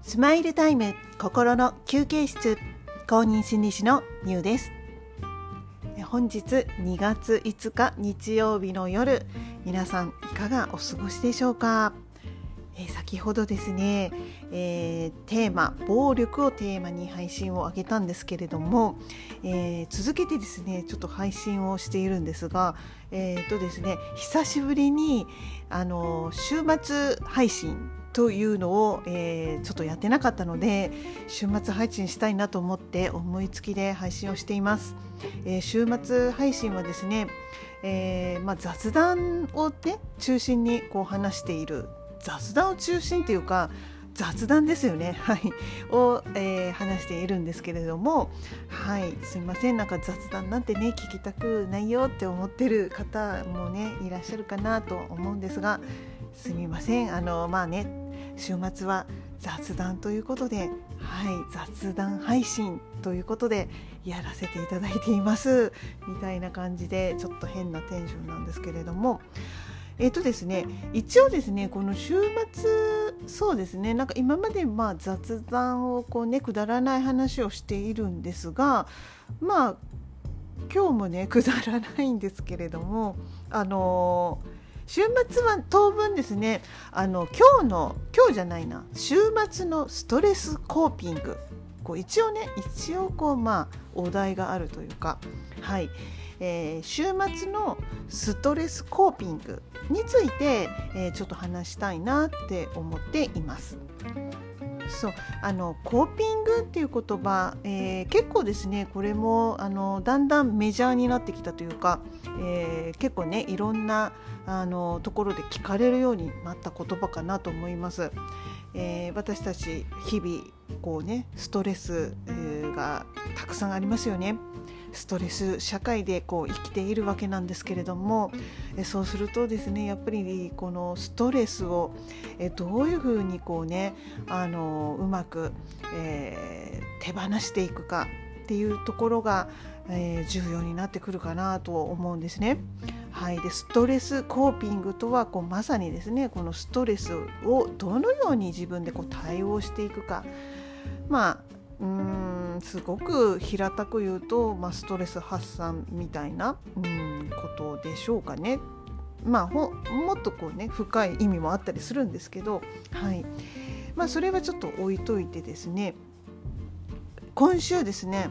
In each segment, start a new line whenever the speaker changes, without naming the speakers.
スマイルタイム心の休憩室、公認心理師のみゆです。本日2月5日日曜日の夜、皆さんいかがお過ごしでしょうか。先ほどですね、テーマ暴力をテーマに配信を上げたんですけれども、続けてですねちょっと配信をしているんですが、ですね、久しぶりに週末配信というのを、ちょっとやってなかったので、週末配信したいなと思って思いつきで配信をしています。週末配信はですね、雑談をね中心に話している、雑談を中心というか雑談ですよね、を、話しているんですけれども、すいません、なんか雑談なんてね聞きたくないよって思ってる方もねいらっしゃるかなと思うんですが、すみません。週末は雑談ということで、雑談配信ということでやらせていただいていますみたいな感じで、ちょっと変なテンションなんですけれども、ですね、一応ですねこの週末、そうですね、なんか今まで雑談をくだらない話をしているんですが、今日もねくだらないんですけれども、週末は当分ですね、今日じゃないな、週末のストレスコーピング、一応お題があるというか、週末のストレスコーピングについて、ちょっと話したいなって思っています。コーピングっていう言葉、結構ですねこれもだんだんメジャーになってきたというか、結構ねいろんなところで聞かれるようになった言葉かなと思います。私たち日々ストレス、がたくさんありますよね。ストレス社会で生きているわけなんですけれども、そうするとですね、やっぱりこのストレスをどういうふうにうまく、手放していくかっていうところが、重要になってくるかなと思うんですね。でストレスコーピングとはまさにですね、このストレスをどのように自分で対応していくか、すごく平たく言うと、ストレス発散みたいな、ことでしょうかね。もっと深い意味もあったりするんですけど、それはちょっと置いといてですね、今週ですね、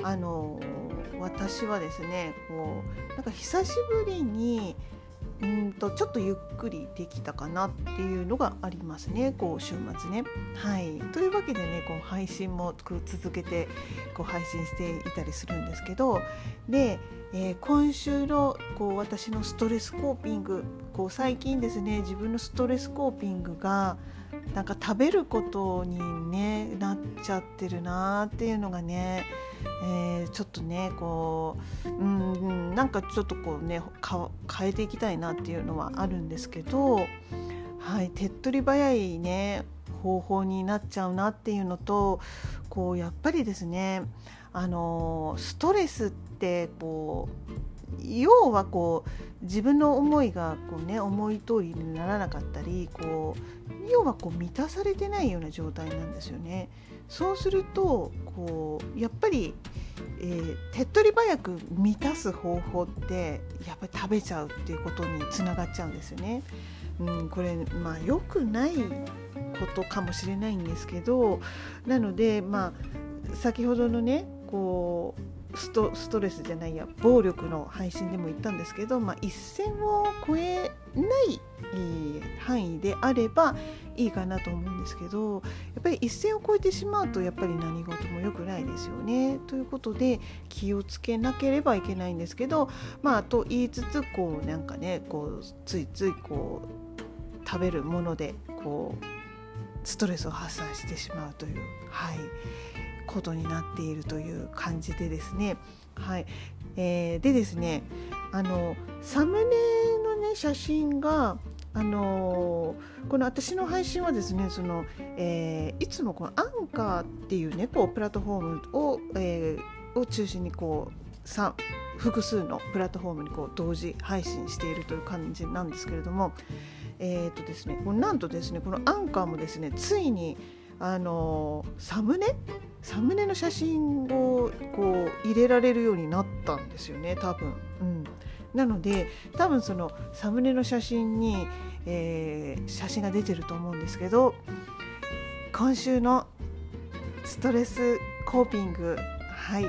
私はですねなんか久しぶりにちょっとゆっくりできたかなっていうのがありますね、週末ね。というわけでね配信も続けて配信していたりするんですけど、で、今週の私のストレスコーピング、最近ですね自分のストレスコーピングがなんか食べることに、なっちゃってるなっていうのがね、ちょっとねなんかちょっと変えていきたいなっていうのはあるんですけど、手っ取り早い方法になっちゃうなっていうのと、やっぱりですねストレスって要は自分の思いが思い通りにならなかったり、要は満たされてないような状態なんですよね。そうするとやっぱり、手っ取り早く満たす方法ってやっぱり食べちゃうっていうことにつながっちゃうんですよね。これ良くないことかもしれないんですけど、なので先ほどのねストレスじゃないや暴力の配信でも言ったんですけど、一線を越えない範囲であればいいかなと思うんですけど、やっぱり一線を越えてしまうとやっぱり何事も良くないですよね。ということで気をつけなければいけないんですけど、と言いつつついつい食べるものでストレスを発散してしまうという、ことになっているという感じでですね、でですねサムネの写真がこの私の配信はですねいつもアンカーっていうプラットフォームを中心に複数のプラットフォームに同時配信しているという感じなんですけれども、ですね、なんとですねこのアンカーもですねついにサムネの写真をこう入れられるようになったんですよね、多分。なので多分そのサムネの写真に、写真が出てると思うんですけど、今週のストレスコーピング、はい、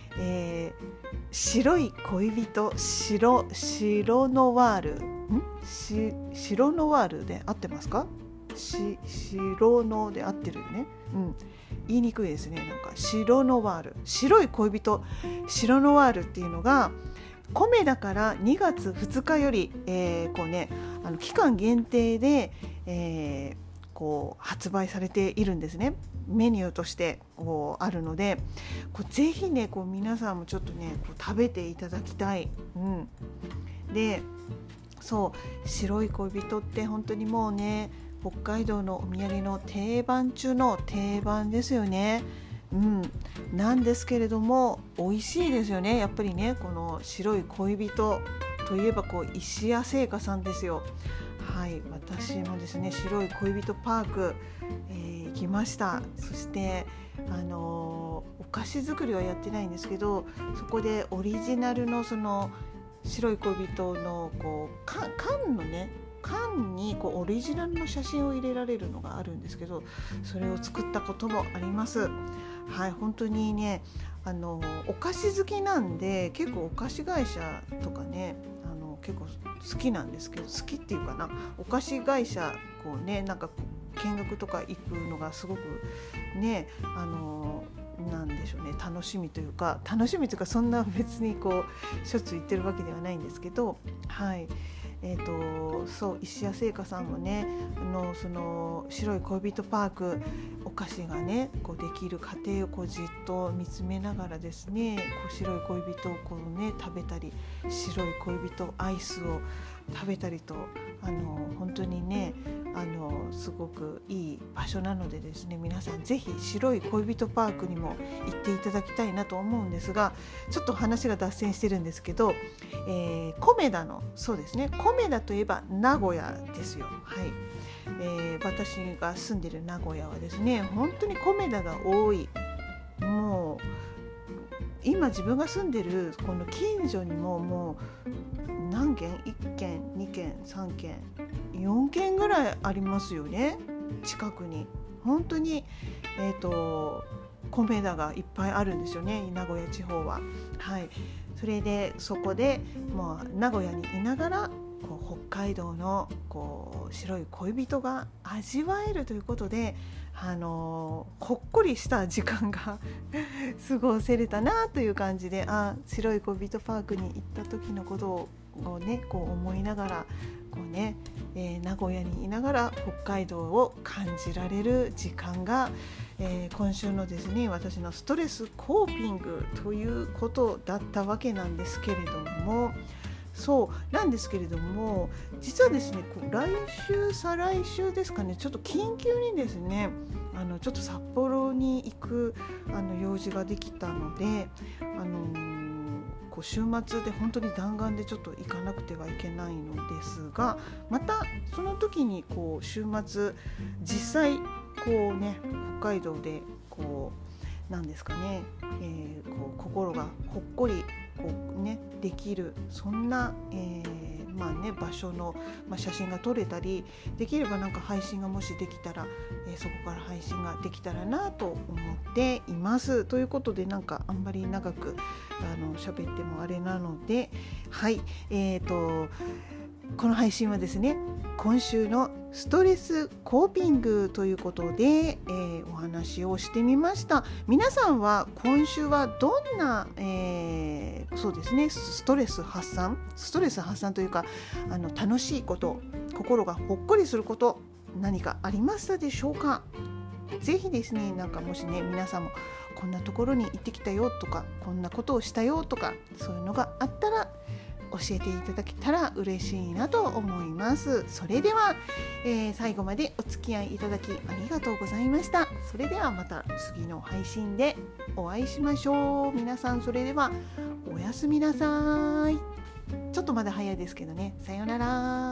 白い恋人、白ノワール、白ノワールで合ってますか？白ので合ってるよね。言いにくいですね。なんか白ノワール、白い恋人、白ノワールっていうのがコメダから2月2日より、こうね、期間限定で、こう発売されているんですね。メニューとしてこうあるので、こうぜひね、こう皆さんもちょっとね、こう食べていただきたい。で、そう白い恋人って本当にもうね、北海道のお土産の定番中の定番ですよね。なんですけれども美味しいですよね。やっぱりね、この白い恋人といえばこう石屋製菓さんですよ。はい、私もですね、白い恋人パーク、行きました。そしてお菓子作りはやってないんですけど、そこでオリジナルのその白い恋人のこう缶のね、缶にこうオリジナルの写真を入れられるのがあるんですけど、それを作ったこともあります。はい、本当にね、お菓子好きなんで、結構お菓子会社とかね、結構好きなんですけど、好きっていうかな、お菓子会社こうね、なんか見学とか行くのがすごくね、なんでしょうね、楽しみというか、そんな別にこうしょっちゅう行ってるわけではないんですけど、はい。そう石屋製菓さんもね、その白い恋人パーク、お菓子がねこうできる過程をこうじっと見つめながらですね、こう白い恋人をこうね食べたり、白い恋人アイスを食べたりと、本当にね、すごくいい場所なのでですね、皆さんぜひ白い恋人パークにも行っていただきたいなと思うんですが、ちょっと話が脱線してるんですけど、コメダの、そうですね、コメダといえば名古屋ですよ。はい、私が住んでる名古屋はですね、本当にコメダが多い。もう今自分が住んでるこの近所にもう何軒、1軒2軒3軒4軒ぐらいありますよね、近くに。本当にコメダがいっぱいあるんですよね、名古屋地方は。はい、それでそこでもう名古屋にいながらこう北海道のこう白い恋人が味わえるということで、ほっこりした時間が過ごせれたなという感じで、白い恋人パークに行った時のことをね、こう思いながらこうね、名古屋にいながら北海道を感じられる時間が、今週のですね、私のストレスコーピングということだったわけなんですけれども、そうなんですけれども、実はですね、来週再来週ですかね、ちょっと緊急にですね、ちょっと札幌に行く用事ができたので、こう週末で本当に弾丸でちょっと行かなくてはいけないのですが、またその時にこう週末実際こうね、北海道でこうなんですかね、こう心がほっこりこうねできる、そんな、場所の、写真が撮れたり、できればなんか配信がもしできたら、そこから配信ができたらなと思っています。ということで、なんかあんまり長く喋ってもあれなので、はい、この配信はですね、今週のストレスコーピングということで、お話をしてみました。皆さんは今週はどんな、そうですね、ストレス発散というか、楽しいこと、心がほっこりすること、何かありましたでしょうか。ぜひですね、なんかもしね、皆さんもこんなところに行ってきたよとか、こんなことをしたよとか、そういうのがあったら教えていただけたら嬉しいなと思います。それでは、最後までお付き合いいただきありがとうございました。それではまた次の配信でお会いしましょう。皆さん、それではおやすみなさい。ちょっとまだ早いですけどね。さようなら。